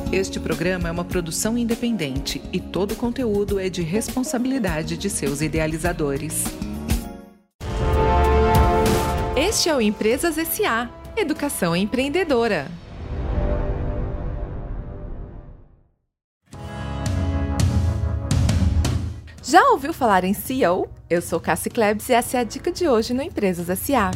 Este programa é uma produção independente e todo o conteúdo é de responsabilidade de seus idealizadores. Este é o Empresas S.A. Educação Empreendedora. Já ouviu falar em CEO? Eu sou Cassi Klebs e essa é a dica de hoje no Empresas S.A.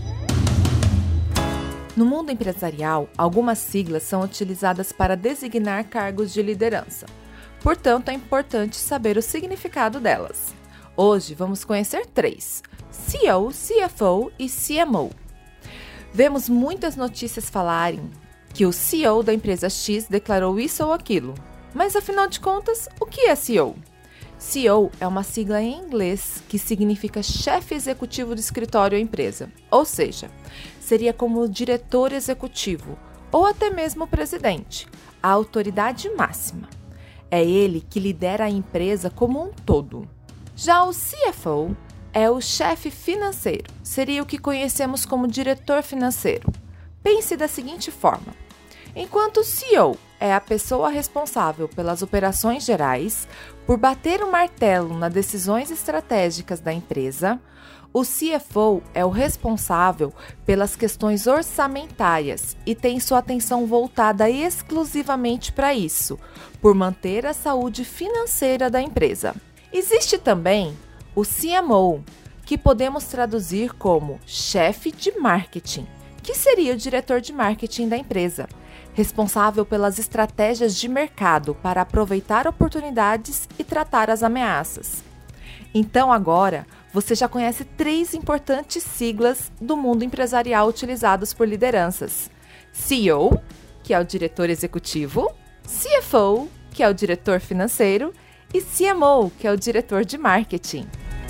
No mundo empresarial, algumas siglas são utilizadas para designar cargos de liderança. Portanto, é importante saber o significado delas. Hoje vamos conhecer 3: CEO, CFO e CMO. Vemos muitas notícias falarem que o CEO da empresa X declarou isso ou aquilo. Mas afinal de contas, o que é CEO? CEO é uma sigla em inglês que significa chefe executivo de escritório ou empresa, ou seja, seria como o diretor executivo ou até mesmo o presidente, a autoridade máxima. É ele que lidera a empresa como um todo. Já o CFO é o chefe financeiro, seria o que conhecemos como diretor financeiro. Pense da seguinte forma: enquanto o CEO é a pessoa responsável pelas operações gerais, por bater o martelo nas decisões estratégicas da empresa, o CFO é o responsável pelas questões orçamentárias e tem sua atenção voltada exclusivamente para isso, por manter a saúde financeira da empresa. Existe também o CMO, que podemos traduzir como chefe de marketing, que seria o diretor de marketing da empresa, responsável pelas estratégias de mercado para aproveitar oportunidades e tratar as ameaças. Então agora, você já conhece 3 importantes siglas do mundo empresarial utilizadas por lideranças: CEO, que é o diretor executivo, CFO, que é o diretor financeiro, e CMO, que é o diretor de marketing.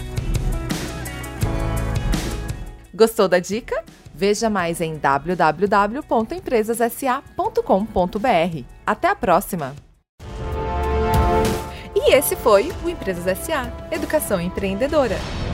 Gostou da dica? Veja mais em www.empresassa.com.br. Até a próxima! E esse foi o Empresas S.A. Educação Empreendedora.